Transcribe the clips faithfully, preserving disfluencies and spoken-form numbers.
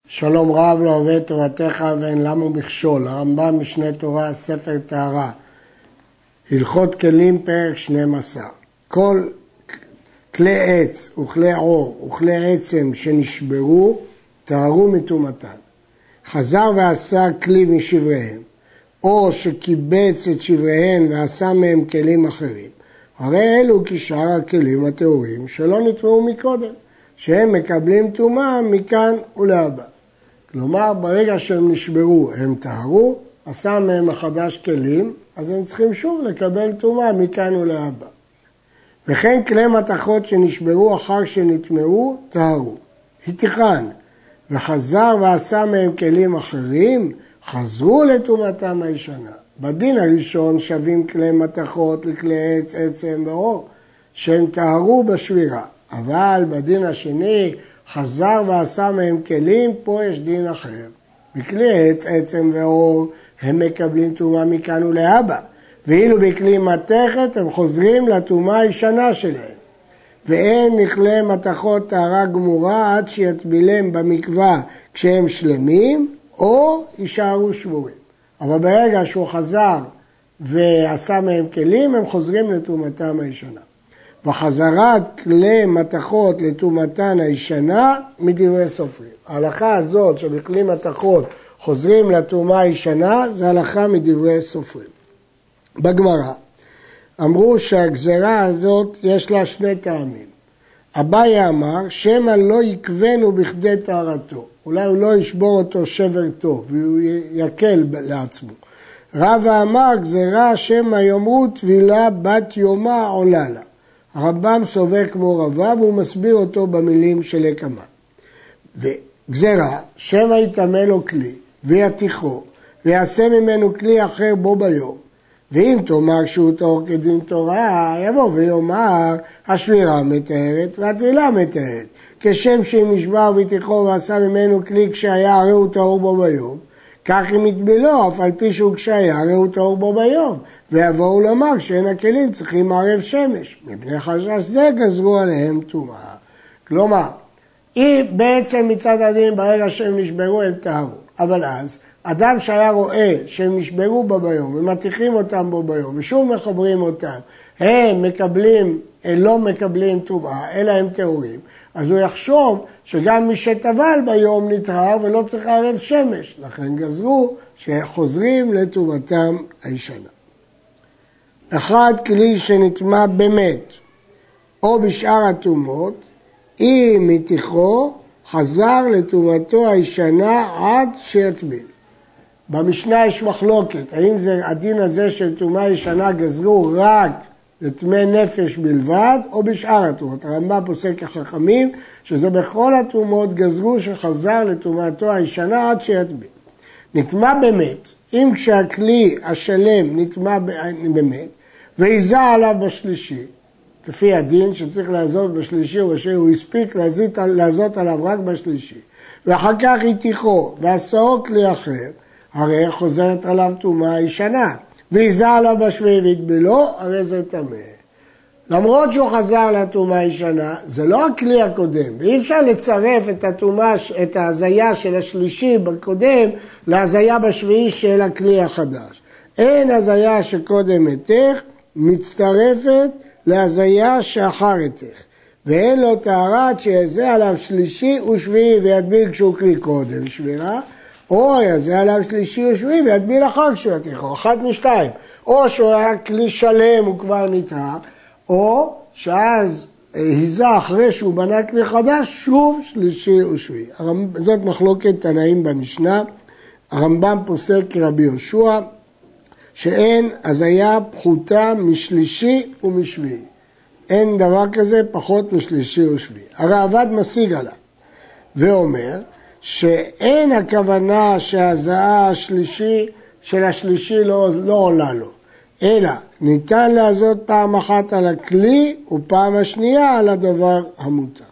שלום רב לא אוהב את תורתך ואין למה מכשול. הרמב"ם משנה תורה, ספר טהרה, הלכות כלים, פרק שנים עשר. כל כלי עץ וכלי עור וכלי עצם שנשברו, טהרו מטומאתן. חזר ועשה כלי משבריהם, או שקיבץ את שבריהם ועשה מהם כלים אחרים. הרי אלו כשאר הכלים הטהורים שלא נטמעו מקודם, שהם מקבלים טומאה מכאן ולהבא. כלומר, ברגע שהם נשברו, הם טהרו, עשה מהם מחדש כלים, אז הם צריכים שוב לקבל טומאה מכאן ולהבא. וכן כלי מתכות שנשברו אחר שנטמעו, טהרו. התיכן, וחזר ועשה מהם כלים אחרים, חזרו לטומאתם הישנה. בדין הראשון שווים כלי מתכות לכלי עץ, עצם ועור, שהם טהרו בשבירה. אבל בדין השני חזר ועשה מהם כלים, פה יש דין אחר. בכלי עץ, עצם ועור, הם מקבלים טומאה מכאן ולהבא. ואילו בכלי מתכת הם חוזרים לטומאה הישנה שלהם. ואין מכלי מתכות טהרה גמורה עד שיטבילם במקווה כשהם שלמים, או יישארו שבורים. אבל ברגע שהוא חזר ועשה מהם כלים, הם חוזרים לטומאתם הישנה. וחזרת כלי מתכות לטומאתן הישנה מדברי סופרים. ההלכה הזאת שבכלי מתכות חוזרים לטומאה הישנה, זה הלכה מדברי סופרים. בגמרא אמרו שהגזרה הזאת יש לה שני טעמים. אביי אמר שמא לא יקבנו בכדי טהרתו, אולי הוא לא ישבור אותו שבר טוב והוא יקל לעצמו. רבא אמר גזרה שמא יאמרו טבילה בת יומה עולה לה. הרמב"ם סובר כמו רבא והוא מסביר אותו במילים של הקמה. וגזרה שמא יטמא לו כלי ויתיכו ויעשה ממנו כלי אחר בו ביום. ואם תאמר שהוא טהור כדין תורה, יבוא ויאמר השבירה מטהרת והטבילה מטהרת. כשם שאם נשבר ויתיכו ועשה ממנו כלי כשהיה הרי הוא טהור בו ביום, כך אם יטבילו, אף על פי שהוא כשהיה הרי הוא טהור בו ביום. ויבואו לומר שאין הכלים צריכים מערב שמש. מפני חשש זה גזרו עליהם טומאה. כלומר, היא בעצם מצד הדין ברגע שהם נשברו הם טהרו. אבל אז אדם שהיה רואה שהם נשברו בו ביום ומתיכים אותם בו ביום ושוב מחברים אותם, הם מקבלים, הם לא מקבלים טומאה, אלא הם טהורים. אז הוא יחשוב שגם מי שטבל ביום נטהר ולא צריך לערב שמש. לכן גזרו שחוזרים לטומאתם הישנה. אחד כלי שנטמא במת או בשאר הטומאות, אם מתיכו חזר לטומאתו הישנה עד שיטביל. במשנה יש מחלוקת, האם זה הדין הזה של טומאה ישנה גזרו רק לטמא נפש בלבד או בשאר הטומאות. הרמב"ם פוסק כחכמים שזה בכל הטומאות גזרו שחזר לטומאתו הישנה עד שיטביל. נטמא במת, אם כשהכלי השלם נטמא במת והיזה עליו בשלישי, כפי הדין שצריך לעזות בשלישי או שהוא הספיק להזית, לעזות עליו רק בשלישי, ואחר כך יתיכו ועשאו כלי אחר, הרי חוזרת עליו טומאה הישנה, והיזה עליו בשביעי והטבילו, הרי זה טמא. למרות שהוא חזר לטומאה הישנה, זה לא הכלי הקודם, ואי אפשר לצרף את הטומאה, את ההזיה של השלישי בקודם, להזיה בשביעי של הכלי החדש. אין הזיה שקודם התך, מצטרפת להזיה שאחר התך. ואין לו טהרה שיזה עליו שלישי ושביעי ויטביל כשהוא כלי קודם שבירה, או יזה עליו שלישי ושביעי ויטביל אחר כשהוא יתיכו, אחת משתיים. או שהוא היה כלי שלם הוא כבר נטהר, או שאז היזה אחרי שהוא בנה כלי חדש שוב שלישי ושביעי. זאת מחלוקת תנאים במשנה. הרמב"ם פוסק כרבי יהושע שאין הזיה פחותה משלישי ומשביעי. אין דבר כזה פחות משלישי ושביעי. הראב"ד משיג עליו ואומר שאין הכוונה שההזיה השלישי של השלישי לא, לא עולה לו, אלא ניתן לעזות פעם אחת על הכלי ופעם השנייה על הדבר המותר.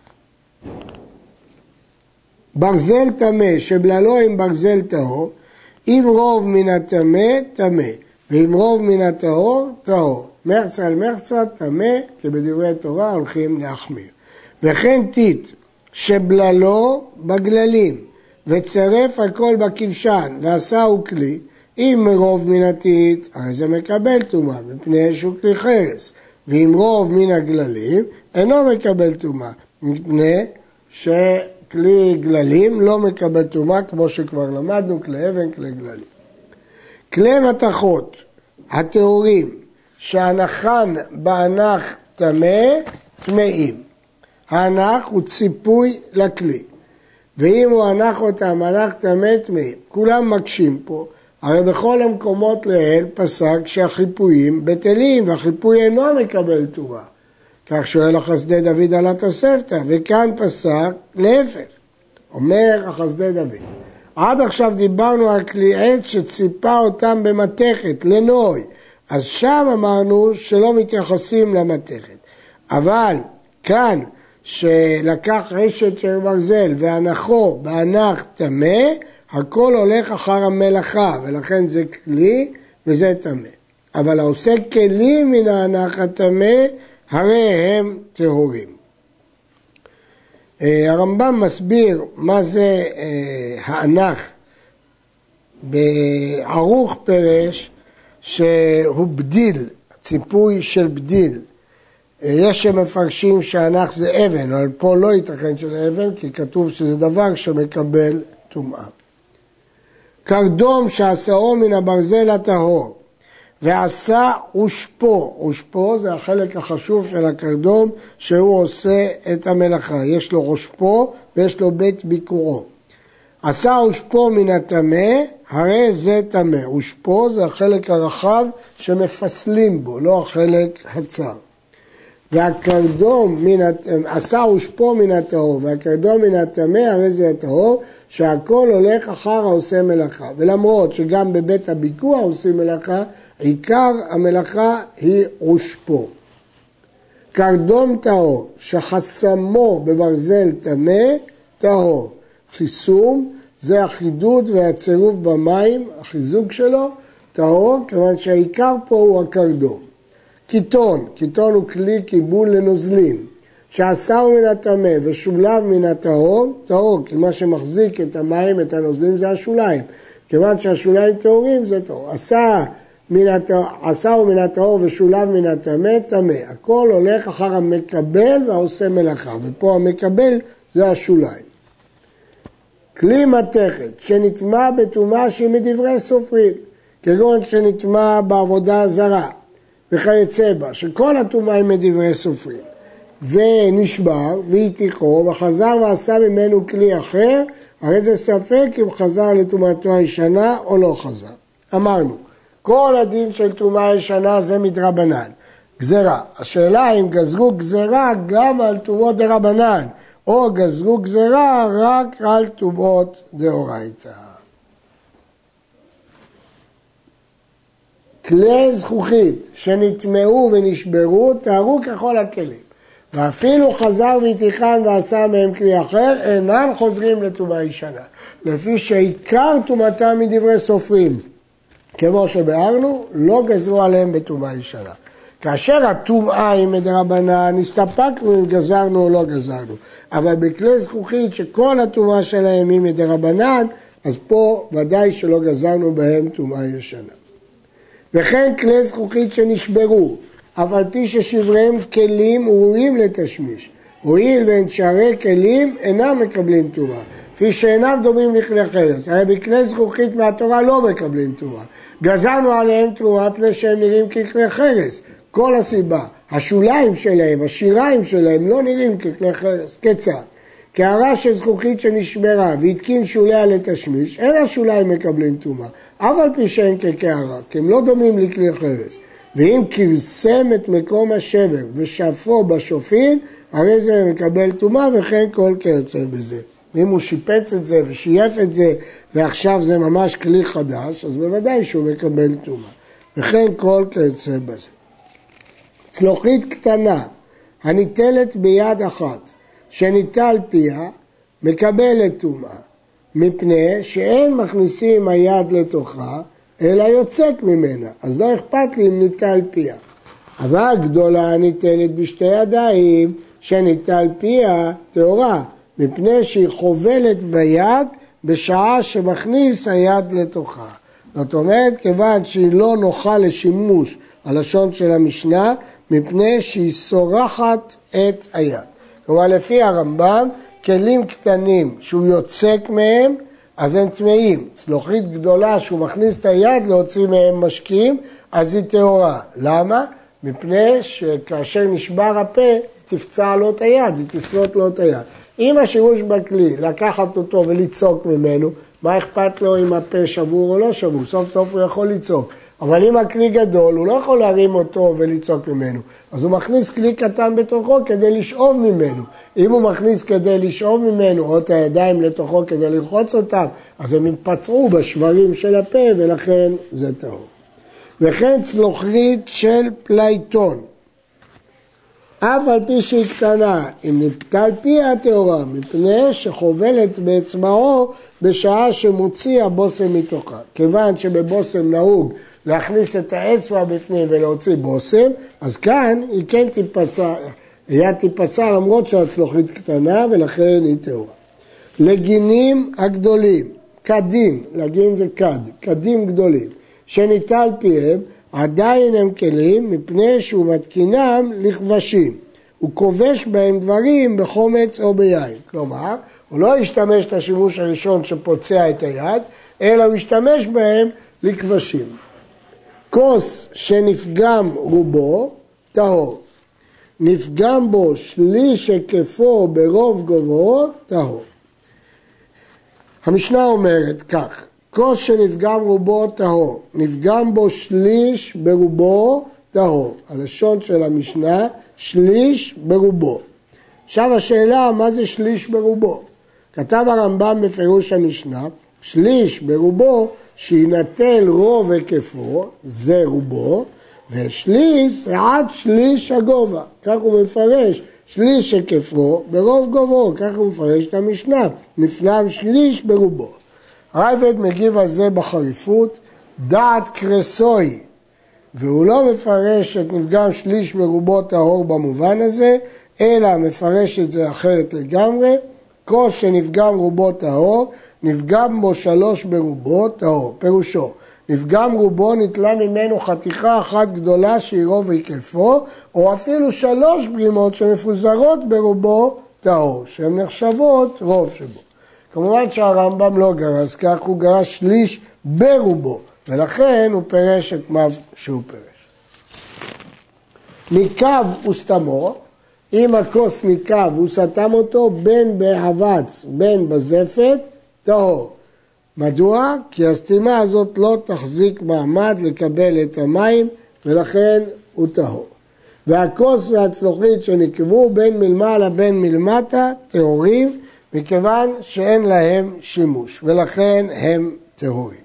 ברזל טמא שבללו עם ברזל טהור, אם רוב מן הטמא טמא ואם רוב מן הטהור טהור. מרצה על מרצה טמא, כבדברי תורה הולכים להחמיר. וכן טיט שבללו בגללים וצרף הכל בכבשן ועשהו כלי, אם רוב מן הטיט, הרי זה מקבל טומאה, מפני שהוא כלי חרס. ואם רוב מן הגללים, אינו מקבל טומאה, מפני שכלי גללים לא מקבל טומאה, כמו שכבר למדנו, כלי אבן, כלי גללים. כלי מתכות, הטהורים, שהנחן באנח טמא, טמאים. האנח הוא ציפוי לכלי, ואם הוא הנח אותם, הנח טמא, טמאים. כולם מקשים פה. הרי בכל המקומות לאל פסק שהחיפויים בטלים, והחיפוי אינו מקבל טומאה. כך שואל החסדי דוד על התוספתא, וכאן פסק להפך. אומר החסדי דוד, עד עכשיו דיברנו על כלי עץ שציפה אותם במתכת, לנוי. אז שם אמרנו שלא מתייחסים למתכת. אבל כאן שלקח רשת של ברזל והנחו בהנח טמא, הכל הולך אחר המלאכה, ולכן זה כלי וזה טמא. אבל העושה כלים מן ההנח הטמא, הרי הם טהורים. הרמב"ם מסביר מה זה ההנח. בערוך פרש שהוא בדיל, ציפוי של בדיל. יש שמפרשים שההנח זה אבן, אבל פה לא ייתכן של אבן, כי כתוב שזה דבר שמקבל טומאה. קרדום שעשאו מן הברזל הטהור, ועשה אושפו, אושפו זה החלק החשוב של הקרדום שהוא עושה את המלאכה, יש לו אושפו ויש לו בית ביקורו. עשה אושפו מן הטמא, הרי זה טמא, אושפו זה החלק הרחב שמפסלים בו, לא החלק הצר. והקרדום מן הטמא, עשה אושפו מן הטהור, והקרדום מן הטמא, הרי זה הטהור, שהכל הולך אחר העושה מלאכה. ולמרות שגם בבית הביקוע עושים מלאכה, עיקר המלאכה היא אושפו. קרדום טהור, שחסמו בברזל טמא, טהור. חיסום זה החידוד והצירוף במים, החיזוק שלו, טהור, כיוון שהעיקר פה הוא הקרדום. קיטון, קיטון הוא כלי קיבול לנוזלים, שעשהו מן הטמא ושולב מן הטהור, טהור, כי מה שמחזיק את המים, את הנוזלים, זה השוליים. כיוון שהשוליים טהורים זה טהור. עשה עשהו מן הטהור ושולב מן הטמא, טמא. הכל הולך אחר המקבל והעושה מלאכה, ופה המקבל זה השוליים. כלי מתכת שנטמע בטומאה שהיא מדברי סופרים, כגון שנטמע בעבודה זרה, וכיוצא בה, שכל הטומאה היא מדברי סופרים, ונשבר, והתיכו, וחזר ועשה ממנו כלי אחר, הרי זה ספק אם חזר לטומאתו הישנה או לא חזר. אמרנו, כל הדין של טומאה ישנה זה מדרבנן, גזרה. השאלה אם גזרו גזרה גם על טומאות דרבנן, או גזרו גזרה רק על טומאות דאורייתא. כלי זכוכית שנטמעו ונשברו, טהרו ככל הכלים. ואפילו חזר והתיכן ועשה מהם כלי אחר, אינם חוזרים לטומאה ישנה. לפי שעיקר טומאתם מדברי סופרים, כמו שבארנו, לא גזרו עליהם בטומאה ישנה. כאשר הטומאה היא מדרבנן, נסתפקנו אם גזרנו או לא גזרנו. אבל בכלי זכוכית שכל הטומאה שלהם היא מדרבנן, אז פה ודאי שלא גזרנו בהם טומאה ישנה. וכן כלי זכוכית שנשברו, אף על פי ששבריהם כלים ראויים לתשמיש. הואיל ואין שערי כלים אינם מקבלים טומאה, כפי שאינם דומים לכלי חרס. הרי בכלי זכוכית מהתורה לא מקבלים טומאה. גזרנו עליהם טומאה פני שהם נראים ככלי חרס. כל הסיבה, השוליים שלהם, השיריים שלהם לא נראים ככלי חרס. כיצד? קערה של זכוכית שנשברה והתקין שוליה לתשמיש, אין השוליים מקבלים טומאה, אף על פי שאין כקערה, כי הם לא דומים לכלי חרס. ואם כרסם את מקום השבר ושפו בשופין, הרי זה מקבל טומאה, וכן כל כיוצא בזה. אם הוא שיפץ את זה ושייף את זה, ועכשיו זה ממש כלי חדש, אז בוודאי שהוא מקבל טומאה. וכן כל כיוצא בזה. צלוחית קטנה, הניטלת ביד אחת, שניטל פיה, מקבלת טומאה, מפני שאין מכניסים היד לתוכה, אלא יוצאת ממנה, אז לא אכפת לי אם ניטל פיה. אבל גדולה ניטלת בשתי ידיים, שניטל פיה טהורה, מפני שהיא חובלת ביד בשעה שמכניס היד לתוכה. זאת אומרת, כיוון שהיא לא נוחה לשימוש, הלשון של המשנה, מפני שהיא סורחת את היד. כלומר, לפי הרמב"ם, כלים קטנים שהוא יוצק מהם, אז הם טמאים. צלוחית גדולה שהוא מכניס את היד להוציא מהם משקים, אז היא טהורה. למה? מפני שכאשר נשבר הפה, היא תפצע לו את היד, היא תסרוט לו את היד. אם השימוש בכלי, לקחת אותו וליצוק ממנו, מה אכפת לו אם הפה שבור או לא שבור? סוף סוף הוא יכול ליצוק. אבל אם הכלי גדול, הוא לא יכול להרים אותו וליצוק ממנו. אז הוא מכניס כלי קטן בתוכו כדי לשאוב ממנו. אם הוא מכניס כדי לשאוב ממנו, או את הידיים לתוכו כדי לרחוץ אותם, אז הם יפצעו בשברים של הפה, ולכן זה טהור. וכן צלוחית של פלייטון. אף על פי שהיא קטנה, אם נפתל פיה טהורה, מפני שחובלת באצבעו בשעה שמוציא הבושם מתוכה. כיוון שבבושם נהוג להכניס את האצבע בפנים ולהוציא בושם, אז כאן היא כן תיפצע, היד תיפצע למרות שהצלוחית קטנה ולכן היא טהורה. לגינים הגדולים, קדים, לגין זה קד, קדים גדולים, שניטל פיהם, עדיין הם כלים מפני שהוא מתקינם לכבשים. הוא כובש בהם דברים בחומץ או ביין. כלומר, הוא לא ישתמש את השימוש הראשון שפוצע את היד, אלא הוא ישתמש בהם לכבשים. כוס שנפגם רובו, טהור. נפגם בו שליש היקפו ברוב גובהו, טהור. המשנה אומרת כך, כוס שנפגם רובו טהור, נפגם בו שליש ברובו טהור. הלשון של המשנה, שליש ברובו. עכשיו השאלה, מה זה שליש ברובו? כתב הרמב"ם בפירוש המשנה, שליש ברובו שינטל רוב היקפו, זה רובו, ושליש זה עד שליש הגובה. כך הוא מפרש, שליש היקפו ברוב גובהו, כך הוא מפרש את המשנה, נפגם שליש ברובו. הרייבד מגיב על זה בחריפות, דעת קרסוי, והוא לא מפרש את נפגם שליש ברובו טהור במובן הזה, אלא מפרש את זה אחרת לגמרי, כוס שנפגם רובו טהור, נפגם בו שלוש ברובו טהור, פירושו, נפגם רובו נטלה ממנו חתיכה אחת גדולה שהיא רוב היקפו, או אפילו שלוש פגימות שמפוזרות ברובו טהור, שהן נחשבות רוב שבו. כמובן שהרמב"ם לא גרס, כך הוא גרס שליש ברובו, ולכן הוא פירש את מה שהוא פירש. ניקב וסתמו, אם הכוס ניקב הוא סתם אותו בין בהבץ, בין בזפת, טהור. מדוע? כי הסתימה הזאת לא תחזיק מעמד לקבל את המים, ולכן הוא טהור. והכוס והצלוחית שנקבו בין מלמעלה בין מלמטה, טהורים, מכיוון שאין להם שימוש, ולכן הם טהורים.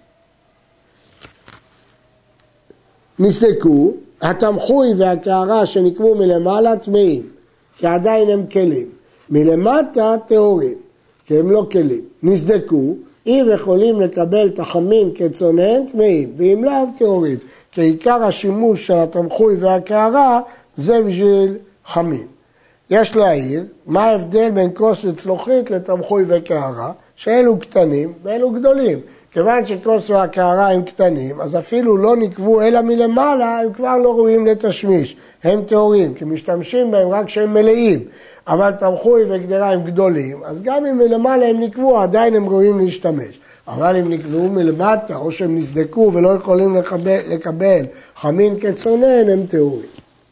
נסדקו, התמחוי והקערה שנקבו מלמעלה טמאים, כי עדיין הם כלים. מלמטה טהורים, כי הם לא כלים. נסדקו, אם יכולים לקבל תחמין כצונן טמאים, ואם לאו טהורים, כי עיקר השימוש של התמחוי והקערה זה בשביל חמין. יש להעיר, מה ההבדל בין כוס וצלוחית לתמחוי וקערה, שאלו קטנים ואלו גדולים. כיוון שכוס והקערה הם קטנים, אז אפילו לא נקבו אלא מלמעלה, הם כבר לא ראויים לתשמיש. הם טהורים, כי משתמשים בהם רק כשהם מלאים. אבל תמחוי וקדרה הם גדולים, אז גם אם מלמעלה הם נקבו, עדיין הם ראויים להשתמש. אבל אם נקבעו מלמטה, או שהם נסדקו ולא יכולים לקבל, לקבל חמין כצונן, הם טהורים.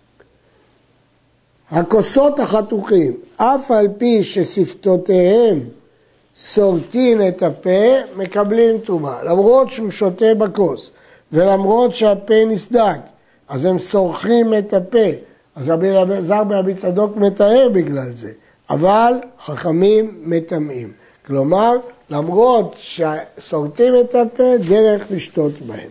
הכוסות החתוכים, אף על פי ששפתותיהם סורטים את הפה, מקבלים טומאה. למרות שהוא שותה בכוס, ולמרות שהפה נסדק, אז הם סורחים את הפה. אז רבי אלעזר בן רבי צדוק מתאר בגלל זה. אבל חכמים מטמאים. כלומר, למרות שסורטים את הפה, דרך לשתות בהם.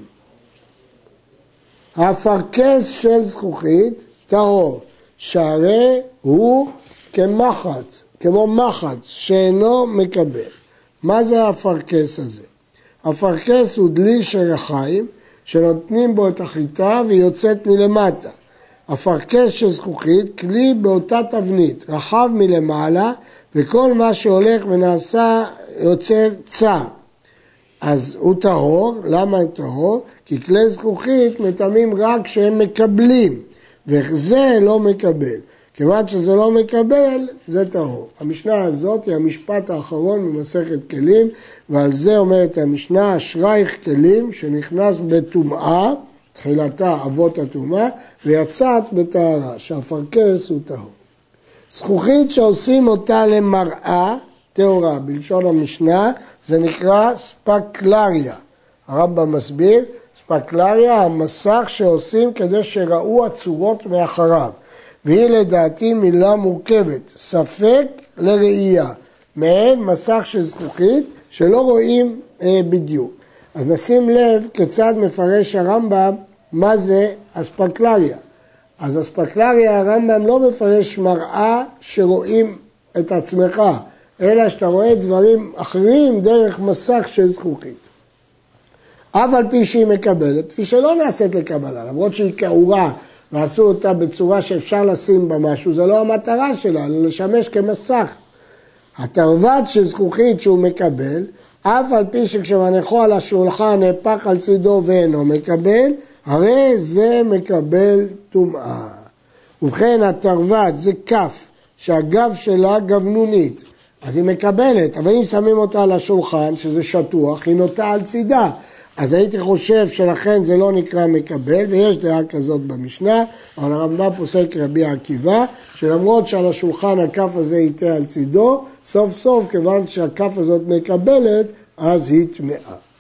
האפרכס של זכוכית, טהור. שהרי הוא כמחץ, כמו מחץ, שאינו מקבל. מה זה האפרכס הזה? האפרכס הוא דלי של רחיים, שנותנים בו את החיטה והיא יוצאת מלמטה. אפרכס של זכוכית, כלי באותה תבנית, רחב מלמעלה, וכל מה שהולך ונעשה יוצר צער. אז הוא טהור, למה הוא טהור? כי כלי זכוכית מטמאים רק כשהם מקבלים, וזה לא מקבל. כיוון שזה לא מקבל, זה טהור. המשנה הזאת היא המשפט האחרון במסכת כלים, ועל זה אומרת המשנה, אשרייך כלים שנכנס בטומאה, תחילתה אבות הטומאה, ויצאת בטהרה, שהפרקס הוא טהור. זכוכית שעושים אותה למראה, טהורה, בלשון המשנה, זה נקרא ספקלריה. הרמב"ם מסביר, ספקלריה, המסך שעושים כדי שראו הצורות מאחריו. והיא לדעתי מילה מורכבת, ספק לראייה, מעין מסך של זכוכית שלא רואים אה, בדיוק. אז נשים לב כיצד מפרש הרמב"ם מה זה הספקלריה. אז הספקלריה הרמב"ם לא מפרש מראה שרואים את עצמך, אלא שאתה רואה דברים אחרים דרך מסך של זכוכית. אף על פי שהיא מקבלת, כפי שלא נעשית לקבלה, למרות שהיא כאורה, ועשו אותה בצורה שאפשר לשים בה משהו, זה לא המטרה שלה, אלא לשמש כמסך. התרווד של זכוכית שהוא מקבל, אף על פי שכשמנחו על השולחן נהפך על צידו ואינו מקבל, הרי זה מקבל טומאה. ובכן התרווד זה כף, שהגב שלה גבנונית, אז היא מקבלת, אבל אם שמים אותה על השולחן, שזה שטוח, היא נוטה על צידה. אז הייתי חושב שלכן זה לא נקרא מקבל, ויש דעה כזאת במשנה, אבל הרמב"ם פוסק רבי עקיבא, שלמרות שעל השולחן הכף הזה ייתה על צידו, סוף סוף, כיוון שהכף הזאת מקבלת, אז היא טמאה.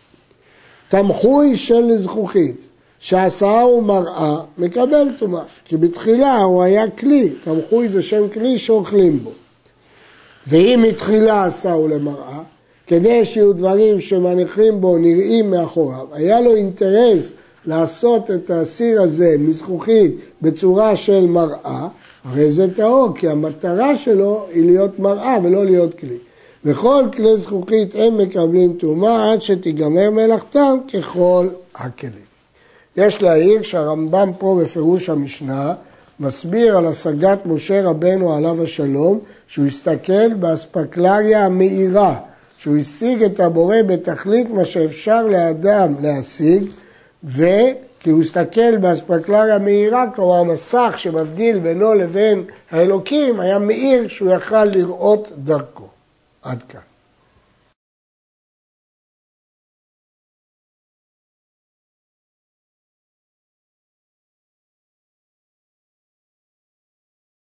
תמחוי של זכוכית, שעשאה הוא מראה, מקבל טומאה, כי בתחילה הוא היה כלי, תמחוי זה שם כלי שאוכלים בו. ואם מתחילה עשה הוא למראה, כדי שיהיו דברים שמניחים בו נראים מאחוריו, היה לו אינטרס לעשות את הסיר הזה מזכוכית בצורה של מראה, הרי זה טהור, כי המטרה שלו היא להיות מראה ולא להיות כלי. וכל כלי זכוכית הם מקבלים טומאה עד שתיגמר מלאכתם ככל הכלים. יש להעיר שהרמב"ם פה בפירוש המשנה מסביר על השגת משה רבנו עליו השלום, שהוא הסתכל באספקלריה המאירה, שהוא השיג את הבורא בתכלית מה שאפשר לאדם להשיג, וכי הוא הסתכל באספקלריה מאירה, כלומר המסך שמבדיל בינו לבין האלוקים היה מאיר שהוא יכל לראות דרכו. עד כאן.